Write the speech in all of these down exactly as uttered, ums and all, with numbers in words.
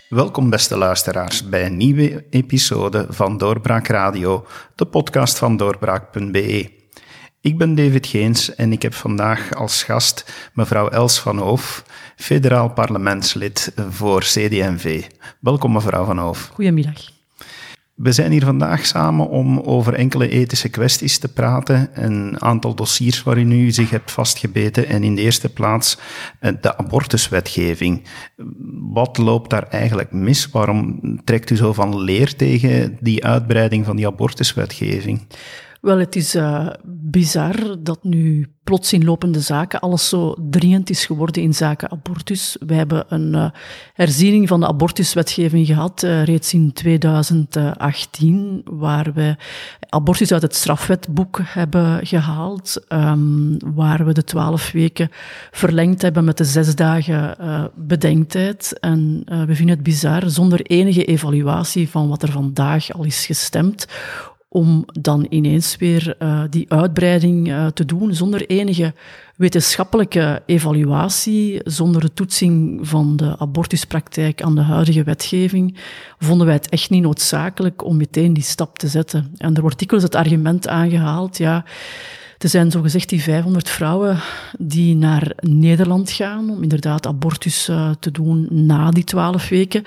Welkom beste luisteraars bij een nieuwe episode van Doorbraak Radio, de podcast van doorbraak punt b e. Ik ben David Geens en ik heb vandaag als gast mevrouw Els van Hoof, federaal parlementslid voor C D en V. Welkom mevrouw van Hoof. Goedemiddag. We zijn hier vandaag samen om over enkele ethische kwesties te praten, een aantal dossiers waarin u zich hebt vastgebeten en in de eerste plaats de abortuswetgeving. Wat loopt daar eigenlijk mis? Waarom trekt u zo van leer tegen die uitbreiding van die abortuswetgeving? Wel, het is uh, bizar dat nu plots in lopende zaken alles zo dringend is geworden in zaken abortus. Wij hebben een uh, herziening van de abortuswetgeving gehad, uh, reeds in tweeduizend achttien, waar we abortus uit het strafwetboek hebben gehaald, um, waar we de twaalf weken verlengd hebben met de zes dagen uh, bedenktijd. En uh, we vinden het bizar, zonder enige evaluatie van wat er vandaag al is gestemd, om dan ineens weer uh, die uitbreiding uh, te doen, zonder enige wetenschappelijke evaluatie, zonder de toetsing van de abortuspraktijk aan de huidige wetgeving, vonden wij het echt niet noodzakelijk om meteen die stap te zetten. En er wordt dikwijls het argument aangehaald, ja, er zijn zogezegd die vijfhonderd vrouwen die naar Nederland gaan om inderdaad abortus uh, te doen na die twaalf weken.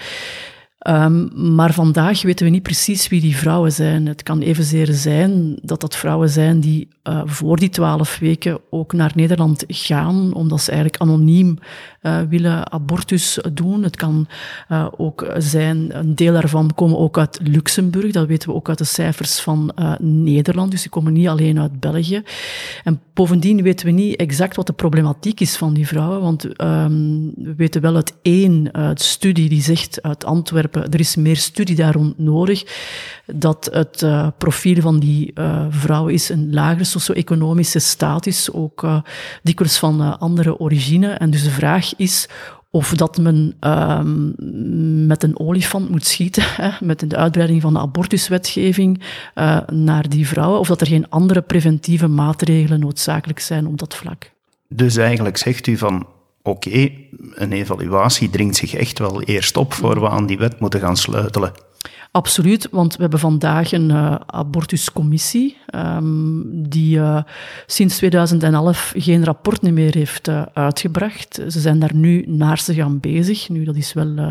Um, maar vandaag weten we niet precies wie die vrouwen zijn. Het kan evenzeer zijn dat dat vrouwen zijn die uh, voor die twaalf weken ook naar Nederland gaan, omdat ze eigenlijk anoniem uh, willen abortus doen. Het kan uh, ook zijn, een deel daarvan komen ook uit Luxemburg, dat weten we ook uit de cijfers van uh, Nederland, dus die komen niet alleen uit België. En bovendien weten we niet exact wat de problematiek is van die vrouwen, want um, we weten wel uit één uh, studie die zegt uit Antwerpen, er is meer studie daar rond nodig, dat het uh, profiel van die uh, vrouwen is een lagere socio-economische status, ook uh, dikwijls van uh, andere origine. En dus de vraag is of dat men uh, met een olifant moet schieten, hè, met de uitbreiding van de abortuswetgeving uh, naar die vrouwen, of dat er geen andere preventieve maatregelen noodzakelijk zijn op dat vlak. Dus eigenlijk zegt u van, oké, okay, een evaluatie dringt zich echt wel eerst op voor we aan die wet moeten gaan sleutelen. Absoluut, want we hebben vandaag een uh, abortuscommissie um, die uh, sinds tweeduizend elf geen rapport meer heeft uh, uitgebracht. Ze zijn daar nu naar ze gaan bezig. Nu, dat is wel uh,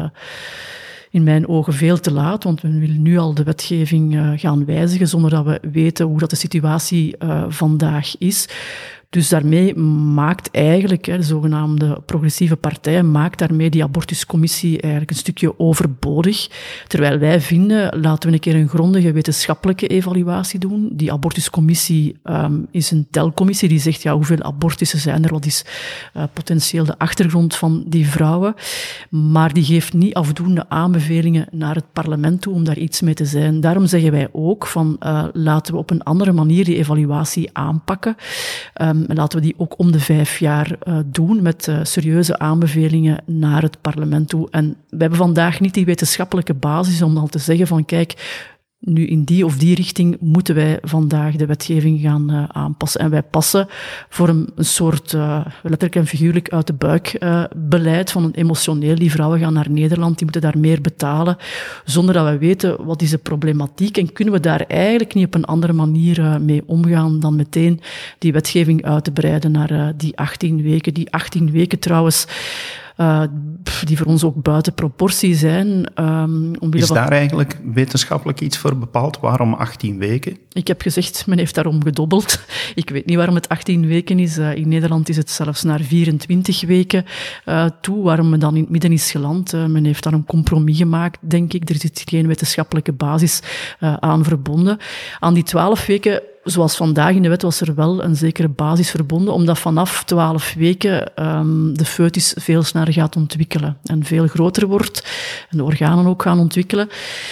in mijn ogen veel te laat, want we willen nu al de wetgeving uh, gaan wijzigen zonder dat we weten hoe dat de situatie uh, vandaag is. Dus daarmee maakt eigenlijk, de zogenaamde progressieve partij, maakt daarmee die abortuscommissie eigenlijk een stukje overbodig. Terwijl wij vinden, laten we een keer een grondige wetenschappelijke evaluatie doen. Die abortuscommissie um, is een telcommissie die zegt, ja, hoeveel abortussen zijn er, wat is uh, potentieel de achtergrond van die vrouwen. Maar die geeft niet afdoende aanbevelingen naar het parlement toe om daar iets mee te zijn. Daarom zeggen wij ook van, uh, laten we op een andere manier die evaluatie aanpakken. Um, En laten we die ook om de vijf jaar uh, doen met uh, serieuze aanbevelingen naar het parlement toe. En we hebben vandaag niet die wetenschappelijke basis om al te zeggen van kijk, nu in die of die richting moeten wij vandaag de wetgeving gaan uh, aanpassen. En wij passen voor een, een soort, uh, letterlijk en figuurlijk uit de buik uh, beleid van een emotioneel. Die vrouwen gaan naar Nederland, die moeten daar meer betalen, zonder dat we weten wat is de problematiek en kunnen we daar eigenlijk niet op een andere manier uh, mee omgaan dan meteen die wetgeving uit te breiden naar uh, die achttien weken. Die achttien weken trouwens, Uh, die voor ons ook buiten proportie zijn. Um, is daar van... eigenlijk wetenschappelijk iets voor bepaald? Waarom achttien weken? Ik heb gezegd, men heeft daarom gedobbeld. Ik weet niet waarom het achttien weken is. Uh, in Nederland is het zelfs naar vierentwintig weken uh, toe. Waarom men dan in het midden is geland. Uh, men heeft daar een compromis gemaakt, denk ik. Er zit geen wetenschappelijke basis uh, aan verbonden. Aan die twaalf weken... Zoals vandaag in de wet was er wel een zekere basis verbonden, omdat vanaf twaalf weken um, de foetus veel sneller gaat ontwikkelen en veel groter wordt en de organen ook gaan ontwikkelen.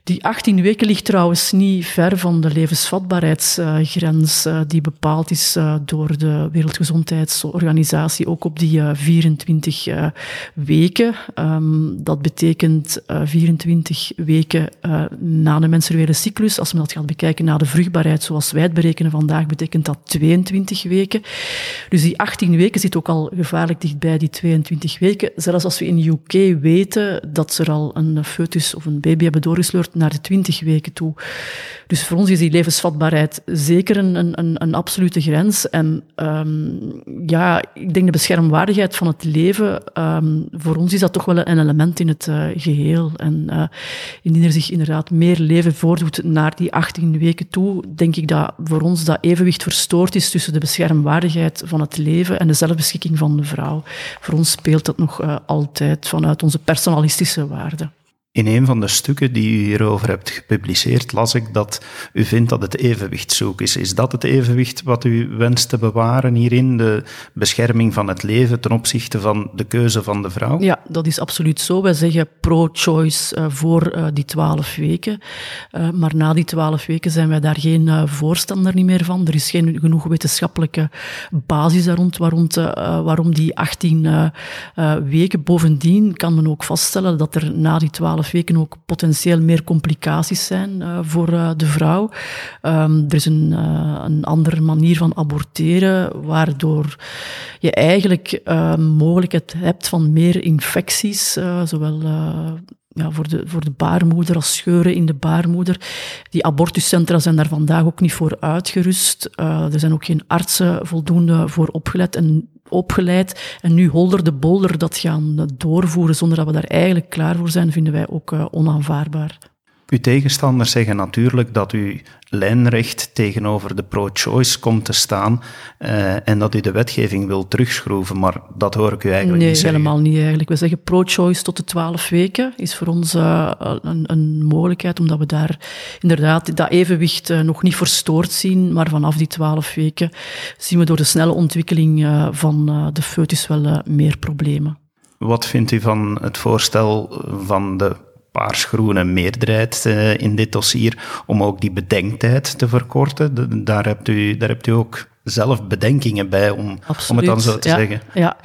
Die achttien weken ligt trouwens niet ver van de levensvatbaarheidsgrens uh, die bepaald is uh, door de Wereldgezondheidsorganisatie, ook op die uh, vierentwintig uh, weken. Um, dat betekent uh, vierentwintig weken uh, na de menstruele cyclus. Als men dat gaat bekijken na de vruchtbaarheid, zoals wij het berekenen vandaag, betekent dat tweeëntwintig weken. Dus die achttien weken zit ook al gevaarlijk dichtbij die tweeëntwintig weken. Zelfs als we in de U K weten dat ze er al een foetus of een baby hebben doorgesleurd naar de twintig weken toe. Dus voor ons is die levensvatbaarheid zeker een, een, een absolute grens. En um, ja, ik denk de beschermwaardigheid van het leven, um, voor ons is dat toch wel een element in het uh, geheel. En uh, indien er zich inderdaad meer leven voordoet naar die achttien weken toe, denk ik dat voor ons dat evenwicht verstoord is tussen de beschermwaardigheid van het leven en de zelfbeschikking van de vrouw. Voor ons speelt dat nog uh, altijd vanuit onze personalistische waarden. In een van de stukken die u hierover hebt gepubliceerd, las ik dat u vindt dat het evenwicht zoek is. Is dat het evenwicht wat u wenst te bewaren hierin, de bescherming van het leven ten opzichte van de keuze van de vrouw? Ja, dat is absoluut zo. Wij zeggen pro-choice uh, voor uh, die twaalf weken. Uh, maar na die twaalf weken zijn wij daar geen uh, voorstander niet meer van. Er is geen genoeg wetenschappelijke basis daar rond, waarom, te, uh, waarom die achttien uh, uh, weken. Bovendien kan men ook vaststellen dat er na die twaalf weken ook potentieel meer complicaties zijn uh, voor uh, de vrouw. Um, er is een, uh, een andere manier van aborteren, waardoor je eigenlijk uh, mogelijkheid hebt van meer infecties, uh, zowel uh, ja, voor, de, voor de baarmoeder als scheuren in de baarmoeder. Die abortuscentra zijn daar vandaag ook niet voor uitgerust. Uh, er zijn ook geen artsen voldoende voor opgeleid en opgeleid en nu holder de bolder dat gaan doorvoeren zonder dat we daar eigenlijk klaar voor zijn, vinden wij ook uh, onaanvaardbaar. Uw tegenstanders zeggen natuurlijk dat u lijnrecht tegenover de pro-choice komt te staan uh, en dat u de wetgeving wil terugschroeven, maar dat hoor ik u eigenlijk nee, niet zeggen. Nee, helemaal niet eigenlijk. We zeggen pro-choice tot de twaalf weken is voor ons uh, een, een mogelijkheid, omdat we daar inderdaad dat evenwicht uh, nog niet verstoord zien, maar vanaf die twaalf weken zien we door de snelle ontwikkeling uh, van uh, de foetus wel uh, meer problemen. Wat vindt u van het voorstel van de paarsgroene meerderheid uh, in dit dossier om ook die bedenktijd te verkorten? De, daar, hebt u, daar hebt u ook zelf bedenkingen bij, om, om het dan zo te ja, zeggen. Ja,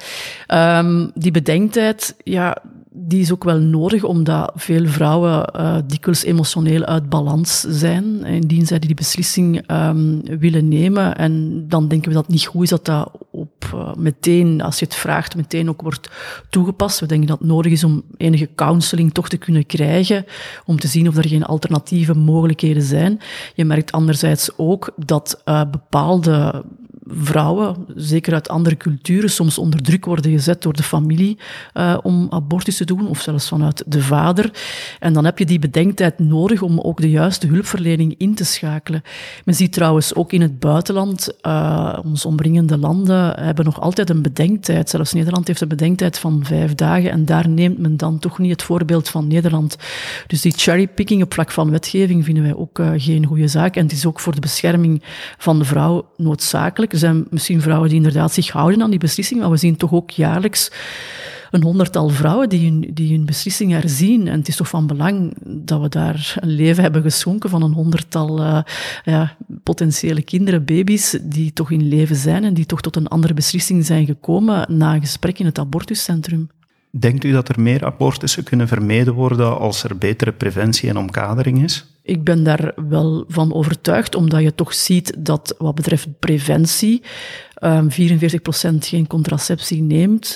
um, die bedenktijd, ja, die is ook wel nodig, omdat veel vrouwen uh, dikwijls emotioneel uit balans zijn, indien zij die beslissing um, willen nemen. En dan denken we dat het niet goed is dat dat op uh, meteen, als je het vraagt, meteen ook wordt toegepast. We denken dat het nodig is om enige counseling toch te kunnen krijgen, om te zien of er geen alternatieve mogelijkheden zijn. Je merkt anderzijds ook dat uh, bepaalde vrouwen, zeker uit andere culturen, soms onder druk worden gezet door de familie uh, om abortus te doen, of zelfs vanuit de vader. En dan heb je die bedenktijd nodig om ook de juiste hulpverlening in te schakelen. Men ziet trouwens ook in het buitenland, uh, onze omringende landen hebben nog altijd een bedenktijd. Zelfs Nederland heeft een bedenktijd van vijf dagen en daar neemt men dan toch niet het voorbeeld van Nederland. Dus die cherrypicking op vlak van wetgeving vinden wij ook uh, geen goede zaak. En het is ook voor de bescherming van de vrouw noodzakelijk. Er zijn misschien vrouwen die inderdaad zich houden aan die beslissing, maar we zien toch ook jaarlijks een honderdtal vrouwen die hun, die hun beslissing herzien. En het is toch van belang dat we daar een leven hebben geschonken van een honderdtal uh, ja, potentiële kinderen, baby's, die toch in leven zijn en die toch tot een andere beslissing zijn gekomen na een gesprek in het abortuscentrum. Denkt u dat er meer abortussen kunnen vermeden worden als er betere preventie en omkadering is? Ik ben daar wel van overtuigd, omdat je toch ziet dat wat betreft preventie um, vierenveertig procent geen contraceptie neemt,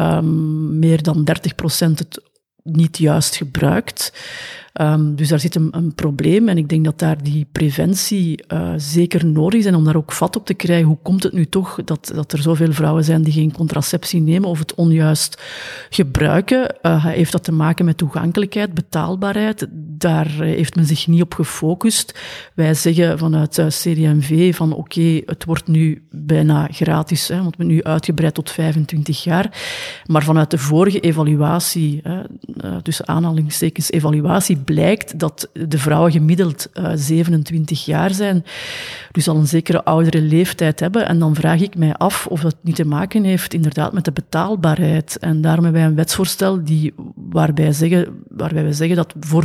um, meer dan dertig procent het niet juist gebruikt. Um, dus daar zit een, een probleem en ik denk dat daar die preventie uh, zeker nodig is en om daar ook vat op te krijgen. Hoe komt het nu toch dat, dat er zoveel vrouwen zijn die geen contraceptie nemen of het onjuist gebruiken? Uh, heeft dat te maken met toegankelijkheid, betaalbaarheid? Daar uh, heeft men zich niet op gefocust. Wij zeggen vanuit uh, C D M V van oké, okay, het wordt nu bijna gratis, hè, want we nu uitgebreid tot vijfentwintig jaar. Maar vanuit de vorige evaluatie, uh, uh, tussen aanhalingstekens evaluatie, blijkt dat de vrouwen gemiddeld uh, zevenentwintig jaar zijn, dus al een zekere oudere leeftijd hebben. En dan vraag ik mij af of dat niet te maken heeft inderdaad met de betaalbaarheid. En daarom hebben wij een wetsvoorstel die, waarbij, zeggen, waarbij we zeggen dat voor verhoogde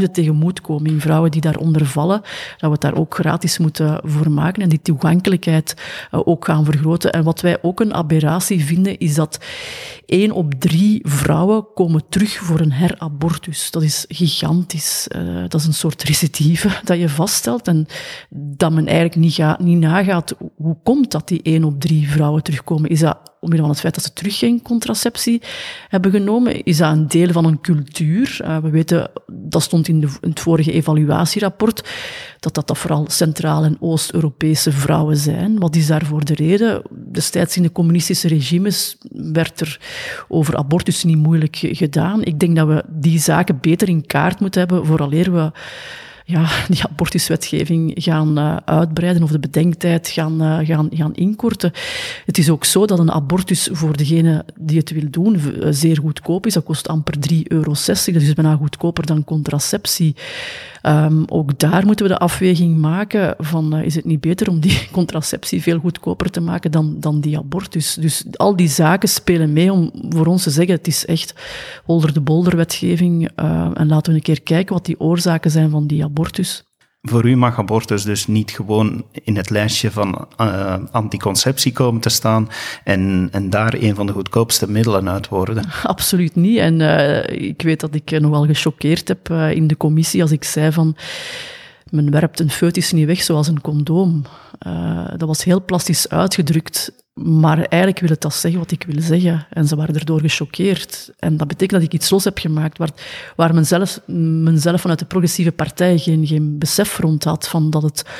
verhoogde tegemoetkoming. Vrouwen die daaronder vallen, dat we het daar ook gratis moeten voor maken en die toegankelijkheid uh, ook gaan vergroten. En wat wij ook een aberratie vinden, is dat één op drie vrouwen komen terug voor een herabortus. Dat is gigantisch. Uh, dat is een soort recidive dat je vaststelt en dat men eigenlijk niet, gaat, niet nagaat. Hoe komt dat die één op drie vrouwen terugkomen? Is dat omwille van het feit dat ze terug geen contraceptie hebben genomen? Is dat een deel van een cultuur? Uh, we weten, dat stond in, de, in het vorige evaluatierapport, dat dat, dat vooral Centraal- en Oost-Europese vrouwen zijn. Wat is daarvoor de reden? Destijds in de communistische regimes werd er over abortus niet moeilijk gedaan. Ik denk dat we die zaken beter in kaart moeten hebben vooraleer we ja, die abortuswetgeving gaan uh, uitbreiden of de bedenktijd gaan, uh, gaan, gaan inkorten. Het is ook zo dat een abortus voor degene die het wil doen uh, zeer goedkoop is. Dat kost amper drie euro zestig. Dat is bijna goedkoper dan contraceptie. Um, ook daar moeten we de afweging maken van uh, is het niet beter om die contraceptie veel goedkoper te maken dan, dan die abortus. Dus al die zaken spelen mee om voor ons te zeggen het is echt holder de bolder wetgeving uh, en laten we een keer kijken wat die oorzaken zijn van die abortus. Voor u mag abortus dus niet gewoon in het lijstje van uh, anticonceptie komen te staan en, en daar een van de goedkoopste middelen uit worden? Absoluut niet. En uh, ik weet dat ik nogal gechoqueerd heb uh, in de commissie als ik zei van men werpt een foetus niet weg zoals een condoom. Uh, dat was heel plastisch uitgedrukt, maar eigenlijk wil het dat zeggen wat ik wil zeggen. En ze waren erdoor gechoqueerd. En dat betekent dat ik iets los heb gemaakt waar, waar men, zelf, men zelf vanuit de progressieve partij geen, geen besef rond had van dat het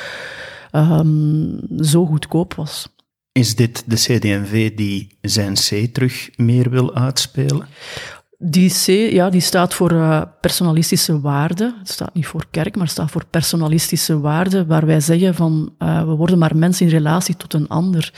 um, zo goedkoop was. Is dit de C D en V die zijn C terug meer wil uitspelen? Die C, ja, die staat voor uh, personalistische waarden. Het staat niet voor kerk, maar het staat voor personalistische waarden, waar wij zeggen van, uh, we worden maar mens in relatie tot een ander.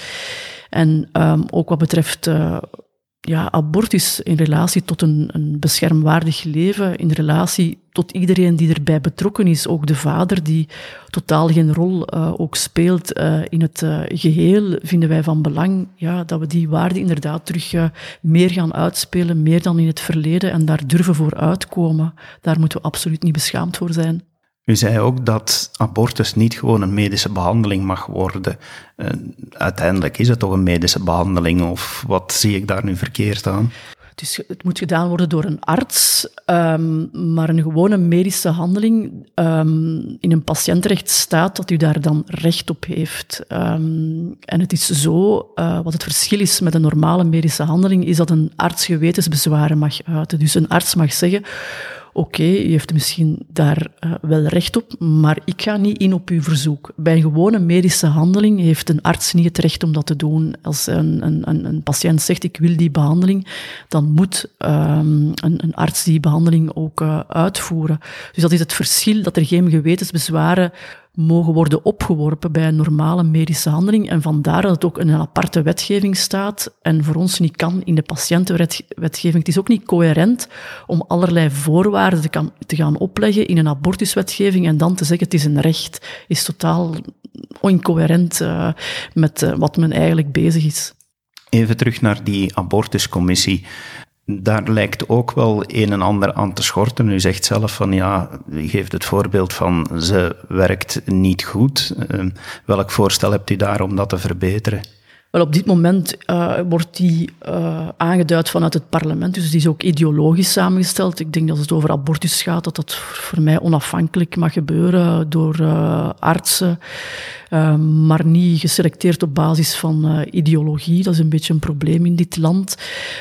En um, ook wat betreft uh, ja, abortus in relatie tot een, een beschermwaardig leven, in relatie tot iedereen die erbij betrokken is, ook de vader die totaal geen rol uh, ook speelt uh, in het uh, geheel, vinden wij van belang ja, dat we die waarden inderdaad terug uh, meer gaan uitspelen, meer dan in het verleden, en daar durven voor uitkomen. Daar moeten we absoluut niet beschaamd voor zijn. U zei ook dat abortus niet gewoon een medische behandeling mag worden. Uh, uiteindelijk is het toch een medische behandeling, of wat zie ik daar nu verkeerd aan? Dus het moet gedaan worden door een arts, um, maar een gewone medische handeling um, in een patiëntrecht staat dat u daar dan recht op heeft. Um, en het is zo, uh, wat het verschil is met een normale medische handeling, is dat een arts gewetensbezwaren mag uiten. Dus een arts mag zeggen, oké, okay, u heeft misschien daar uh, wel recht op, maar ik ga niet in op uw verzoek. Bij een gewone medische handeling heeft een arts niet het recht om dat te doen. Als een, een, een patiënt zegt, ik wil die behandeling, dan moet um, een, een arts die behandeling ook uh, uitvoeren. Dus dat is het verschil, dat er geen gewetensbezwaren mogen worden opgeworpen bij een normale medische handeling. En vandaar dat het ook in een aparte wetgeving staat en voor ons niet kan in de patiëntenwetgeving. Het is ook niet coherent om allerlei voorwaarden te, kan, te gaan opleggen in een abortuswetgeving en dan te zeggen het is een recht. Is totaal incoherent uh, met uh, wat men eigenlijk bezig is. Even terug naar die abortuscommissie. Daar lijkt ook wel een en ander aan te schorten. U zegt zelf van ja, u geeft het voorbeeld van ze werkt niet goed. Uh, welk voorstel hebt u daar om dat te verbeteren? Wel, op dit moment uh, wordt die uh, aangeduid vanuit het parlement, dus die is ook ideologisch samengesteld. Ik denk dat als het over abortus gaat, dat dat voor mij onafhankelijk mag gebeuren door uh, artsen, uh, maar niet geselecteerd op basis van uh, ideologie. Dat is een beetje een probleem in dit land.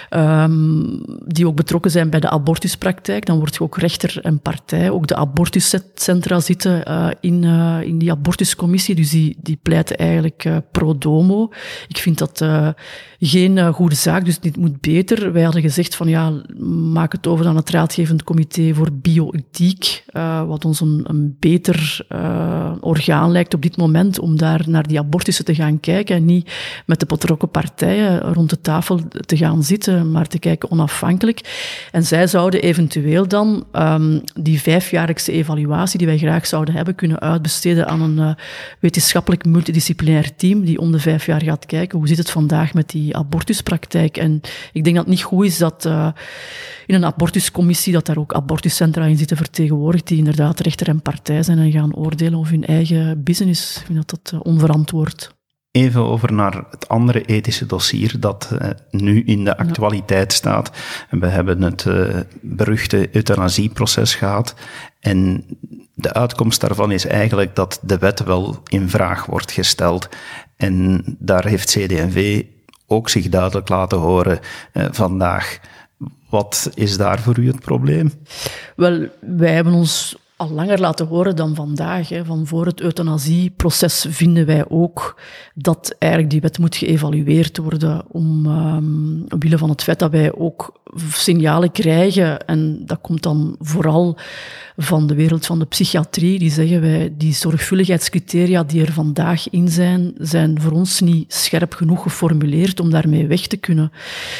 Um, die ook betrokken zijn bij de abortuspraktijk. Dan wordt je ook rechter en partij. Ook de abortuscentra zitten uh, in, uh, in die abortuscommissie, dus die, die pleiten eigenlijk uh, pro domo. Ik Ik vind dat uh, geen uh, goede zaak, dus dit moet beter. Wij hadden gezegd van ja, maak het over aan het raadgevend comité voor bioethiek, uh, wat ons een, een beter uh, orgaan lijkt op dit moment. om daar naar die abortussen te gaan kijken en niet met de betrokken partijen rond de tafel te gaan zitten, maar te kijken onafhankelijk. En zij zouden eventueel dan um, die vijfjaarlijkse evaluatie die wij graag zouden hebben, kunnen uitbesteden aan een uh, wetenschappelijk multidisciplinair team die om de vijf jaar gaat kijken hoe zit het vandaag met die abortuspraktijk. En ik denk dat het niet goed is dat uh, in een abortuscommissie dat daar ook abortuscentra in zitten vertegenwoordigd die inderdaad rechter en partij zijn en gaan oordelen over hun eigen business. Ik vind dat dat uh, onverantwoord. Even over naar het andere ethische dossier dat uh, nu in de actualiteit staat. We hebben het uh, beruchte euthanasieproces gehad en de uitkomst daarvan is eigenlijk dat de wet wel in vraag wordt gesteld. En daar heeft C D en V ook zich duidelijk laten horen uh, vandaag. Wat is daar voor u het probleem? Wel, wij hebben ons al langer laten horen dan vandaag. Hè. Van voor het euthanasieproces vinden wij ook dat eigenlijk die wet moet geëvalueerd worden om, um, omwille van het feit dat wij ook signalen krijgen, en dat komt dan vooral van de wereld van de psychiatrie, die zeggen wij, die zorgvuldigheidscriteria die er vandaag in zijn, zijn voor ons niet scherp genoeg geformuleerd om daarmee weg te kunnen.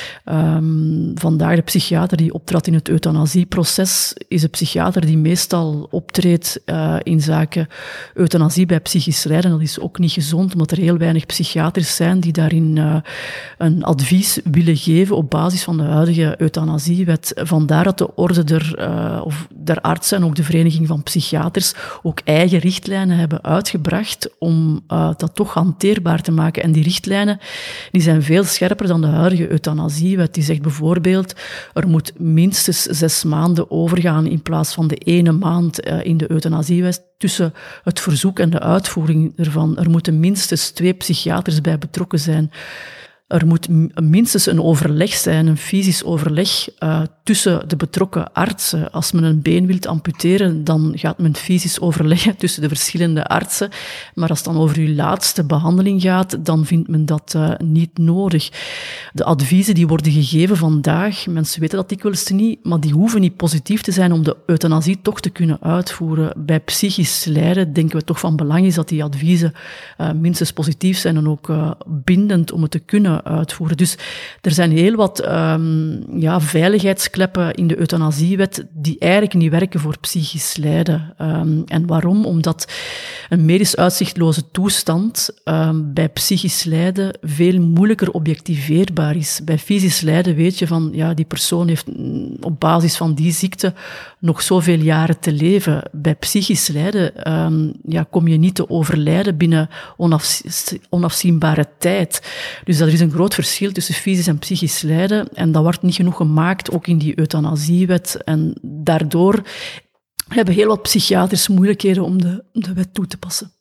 Um, vandaag de psychiater die optrad in het euthanasieproces is een psychiater die meestal optreedt uh, in zaken euthanasie bij psychisch lijden. Dat is ook niet gezond, omdat er heel weinig psychiaters zijn die daarin uh, een advies willen geven op basis van de huidige euthanasiewet. Vandaar dat de orde er, uh, of der artsen en ook de Vereniging van Psychiaters ook eigen richtlijnen hebben uitgebracht om uh, dat toch hanteerbaar te maken. En die richtlijnen die zijn veel scherper dan de huidige euthanasiewet. Die zegt bijvoorbeeld, er moet minstens zes maanden overgaan in plaats van de ene maand uh, in de euthanasiewet tussen het verzoek en de uitvoering ervan. Er moeten minstens twee psychiaters bij betrokken zijn. Er moet minstens een overleg zijn, een fysisch overleg uh, tussen de betrokken artsen. Als men een been wilt amputeren, dan gaat men fysisch overleggen tussen de verschillende artsen. Maar als het dan over uw laatste behandeling gaat, dan vindt men dat uh, niet nodig. De adviezen die worden gegeven vandaag, mensen weten dat dikwijls niet, maar die hoeven niet positief te zijn om de euthanasie toch te kunnen uitvoeren. Bij psychisch lijden denken we toch van belang is dat die adviezen uh, minstens positief zijn en ook uh, bindend om het te kunnen uitvoeren. Dus er zijn heel wat um, ja, veiligheidskleppen in de euthanasiewet die eigenlijk niet werken voor psychisch lijden. Um, en waarom? Omdat een medisch uitzichtloze toestand um, bij psychisch lijden veel moeilijker objectiveerbaar is. Bij fysisch lijden weet je van, ja, die persoon heeft op basis van die ziekte nog zoveel jaren te leven. Bij psychisch lijden um, ja, kom je niet te overlijden binnen onafzi- onafzienbare tijd. Dus dat is een groot verschil tussen fysisch en psychisch lijden. En dat wordt niet genoeg gemaakt, ook in die euthanasiewet. En daardoor hebben heel wat psychiaters moeilijkheden om de, de wet toe te passen.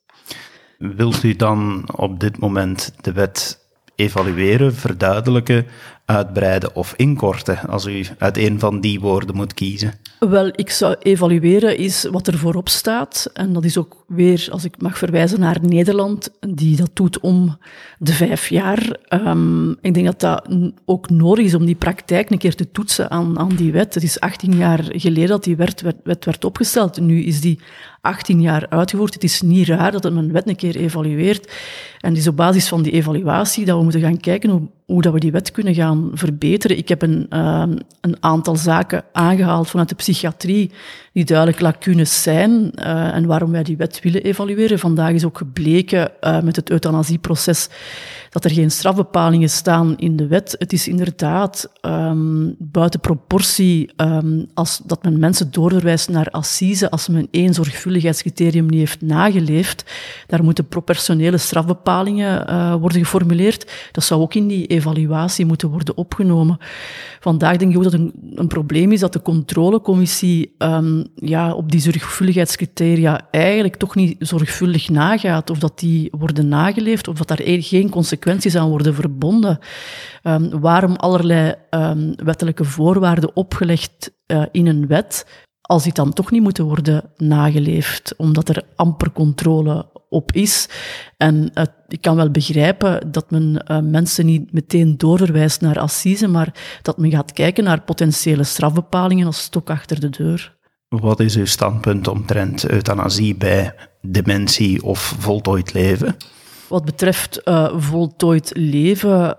Wilt u dan op dit moment de wet evalueren, verduidelijken, uitbreiden of inkorten, als u uit een van die woorden moet kiezen? Wel, ik zou evalueren is wat er voorop staat. En dat is ook weer, als ik mag verwijzen naar Nederland, die dat doet om de vijf jaar. Um, ik denk dat dat ook nodig is om die praktijk een keer te toetsen aan, aan die wet. Het is achttien jaar geleden dat die wet werd, wet werd opgesteld. Nu is die achttien jaar uitgevoerd. Het is niet raar dat men een wet een keer evalueert. En het is op basis van die evaluatie dat we moeten gaan kijken hoe, hoe dat we die wet kunnen gaan verbeteren. Ik heb een, um, een aantal zaken aangehaald vanuit de psychiatrie die duidelijk lacunes zijn uh, en waarom wij die wet willen evalueren. Vandaag is ook gebleken uh, met het euthanasieproces dat er geen strafbepalingen staan in de wet. Het is inderdaad um, buiten proportie um, als dat men mensen doorverwijst naar assise als men één zorgvuldigheidscriterium niet heeft nageleefd. Daar moeten proportionele strafbepalingen uh, worden geformuleerd. Dat zou ook in die evaluatie moeten worden opgenomen. Vandaag denk ik ook dat het een, een probleem is dat de controlecommissie um, ja, op die zorgvuldigheidscriteria eigenlijk toch niet zorgvuldig nagaat, of dat die worden nageleefd, of dat daar geen consequenties aan worden verbonden. Um, waarom allerlei um, wettelijke voorwaarden opgelegd uh, in een wet, als die dan toch niet moeten worden nageleefd, omdat er amper controle op is. En uh, ik kan wel begrijpen dat men uh, mensen niet meteen doorverwijst naar assise, maar dat men gaat kijken naar potentiële strafbepalingen als stok achter de deur. Wat is uw standpunt omtrent euthanasie bij dementie of voltooid leven? Wat betreft uh, voltooid leven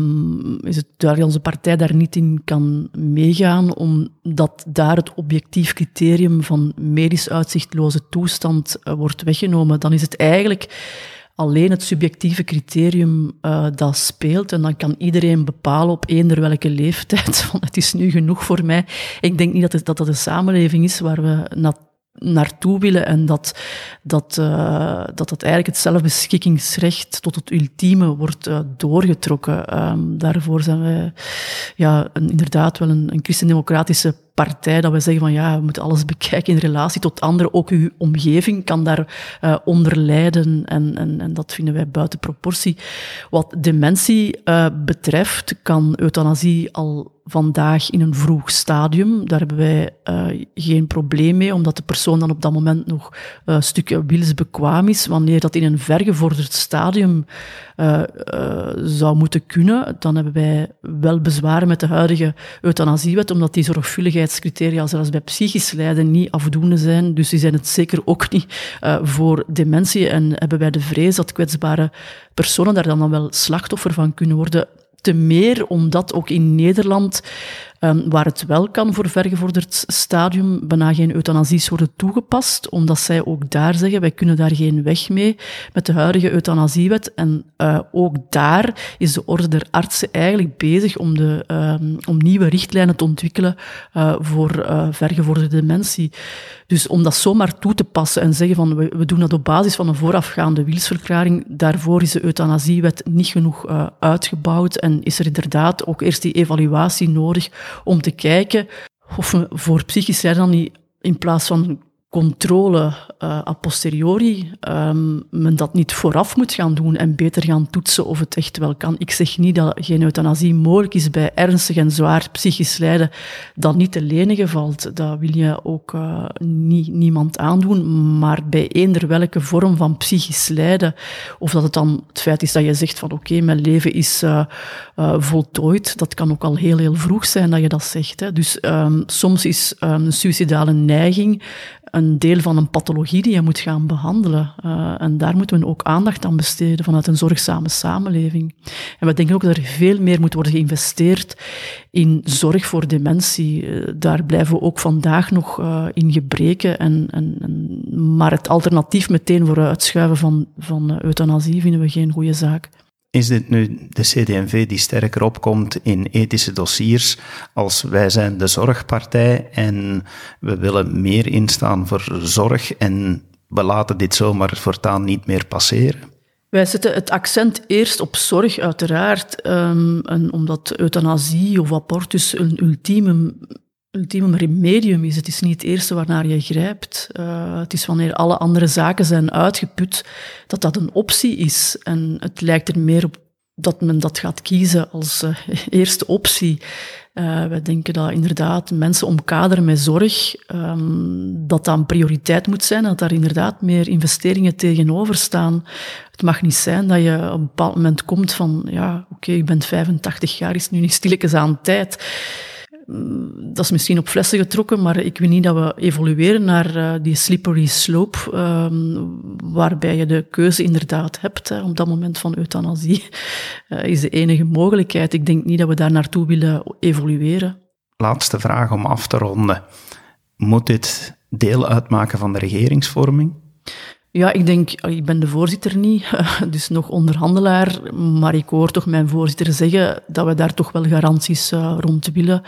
um, is het duidelijk dat onze partij daar niet in kan meegaan, omdat daar het objectief criterium van medisch uitzichtloze toestand uh, wordt weggenomen. Dan is het eigenlijk alleen het subjectieve criterium uh, dat speelt en dan kan iedereen bepalen op eender welke leeftijd van het is nu genoeg voor mij. Ik denk niet dat het, dat, dat een samenleving is waar we na, naartoe willen en dat dat, uh, dat het eigenlijk het zelfbeschikkingsrecht tot het ultieme wordt uh, doorgetrokken. Um, daarvoor zijn wij ja, een, inderdaad wel een, een christendemocratische partij, dat we zeggen van ja, we moeten alles bekijken in relatie tot anderen. Ook uw omgeving kan daar uh, onder lijden en, en, en dat vinden wij buiten proportie. Wat dementie uh, betreft, kan euthanasie al vandaag in een vroeg stadium. Daar hebben wij uh, geen probleem mee, omdat de persoon dan op dat moment nog uh, een stuk wilsbekwaam is. Wanneer dat in een vergevorderd stadium uh, uh, zou moeten kunnen, dan hebben wij wel bezwaren met de huidige euthanasiewet, omdat die zorgvuldigheidscriteria, zelfs bij psychisch lijden, niet afdoende zijn. Dus die zijn het zeker ook niet uh, voor dementie. En hebben wij de vrees dat kwetsbare personen daar dan, dan wel slachtoffer van kunnen worden. Te meer omdat ook in Nederland, um, waar het wel kan voor vergevorderd stadium, bijna geen euthanasies worden toegepast, omdat zij ook daar zeggen, wij kunnen daar geen weg mee met de huidige euthanasiewet. En uh, ook daar is de Orde der Artsen eigenlijk bezig om, de, um, om nieuwe richtlijnen te ontwikkelen uh, voor uh, vergevorderde dementie. Dus om dat zomaar toe te passen en zeggen van we, we doen dat op basis van een voorafgaande wilsverklaring, daarvoor is de euthanasiewet niet genoeg uh, uitgebouwd en is er inderdaad ook eerst die evaluatie nodig om te kijken of we voor psychisch lijden dan niet in plaats van controle uh, a posteriori um, men dat niet vooraf moet gaan doen en beter gaan toetsen of het echt wel kan. Ik zeg niet dat geen euthanasie mogelijk is bij ernstig en zwaar psychisch lijden dat niet te lenigen valt. Dat wil je ook uh, nie, niemand aandoen, maar bij eender welke vorm van psychisch lijden, of dat het dan het feit is dat je zegt van oké, okay, mijn leven is uh, uh, voltooid, dat kan ook al heel heel vroeg zijn dat je dat zegt. Hè. Dus um, soms is um, een suïcidale neiging een deel van een pathologie die je moet gaan behandelen. Uh, en daar moeten we ook aandacht aan besteden vanuit een zorgzame samenleving. En we denken ook dat er veel meer moet worden geïnvesteerd in zorg voor dementie. Uh, daar blijven we ook vandaag nog uh, in gebreken. En, en, en, maar het alternatief meteen vooruitschuiven van, van euthanasie vinden we geen goede zaak. Is dit nu de C D en V die sterker opkomt in ethische dossiers als wij zijn de zorgpartij en we willen meer instaan voor zorg en we laten dit zomaar voortaan niet meer passeren? Wij zetten het accent eerst op zorg, uiteraard, um, en omdat euthanasie of abortus een ultieme ultiemum remedium is. Het is niet het eerste waarnaar je grijpt. Uh, het is wanneer alle andere zaken zijn uitgeput, dat dat een optie is. En het lijkt er meer op dat men dat gaat kiezen als uh, eerste optie. Uh, wij denken dat inderdaad mensen omkaderen met zorg, um, dat dat een prioriteit moet zijn, dat daar inderdaad meer investeringen tegenover staan. Het mag niet zijn dat je op een bepaald moment komt van, ja, oké, okay, ik ben vijfentachtig jaar, is nu niet stilletjes aan tijd. Dat is misschien op flessen getrokken, maar ik wil niet dat we evolueren naar uh, die slippery slope, um, waarbij je de keuze inderdaad hebt. Hè, op dat moment van euthanasie uh, is de enige mogelijkheid. Ik denk niet dat we daar naartoe willen evolueren. Laatste vraag om af te ronden. Moet dit deel uitmaken van de regeringsvorming? Ja, ik denk, ik ben de voorzitter niet, dus nog onderhandelaar, maar ik hoor toch mijn voorzitter zeggen dat we daar toch wel garanties uh, rond willen.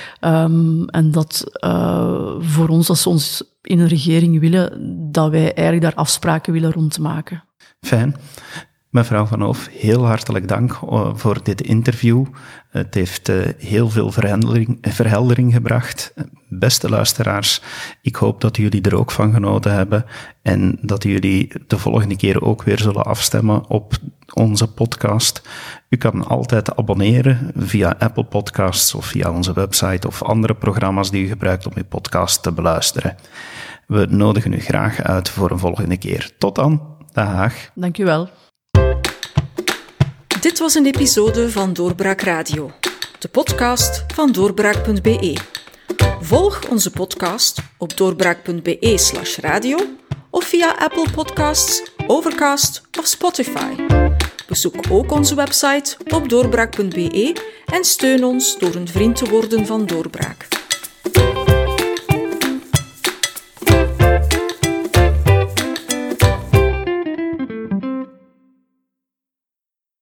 Um, en dat uh, voor ons, als we ons in een regering willen, dat wij eigenlijk daar afspraken willen rondmaken. Fijn. Mevrouw Van Hoof, heel hartelijk dank uh, voor dit interview. Het heeft uh, heel veel verheldering, verheldering gebracht. Beste luisteraars, ik hoop dat jullie er ook van genoten hebben en dat jullie de volgende keer ook weer zullen afstemmen op onze podcast. U kan altijd abonneren via Apple Podcasts of via onze website of andere programma's die u gebruikt om uw podcast te beluisteren. We nodigen u graag uit voor een volgende keer. Tot dan. Dag. Dank u wel. Dit was een episode van Doorbraak Radio, de podcast van doorbraak punt be. Volg onze podcast op doorbraak punt b e slash radio of via Apple Podcasts, Overcast of Spotify. Bezoek ook onze website op doorbraak punt b e en steun ons door een vriend te worden van Doorbraak.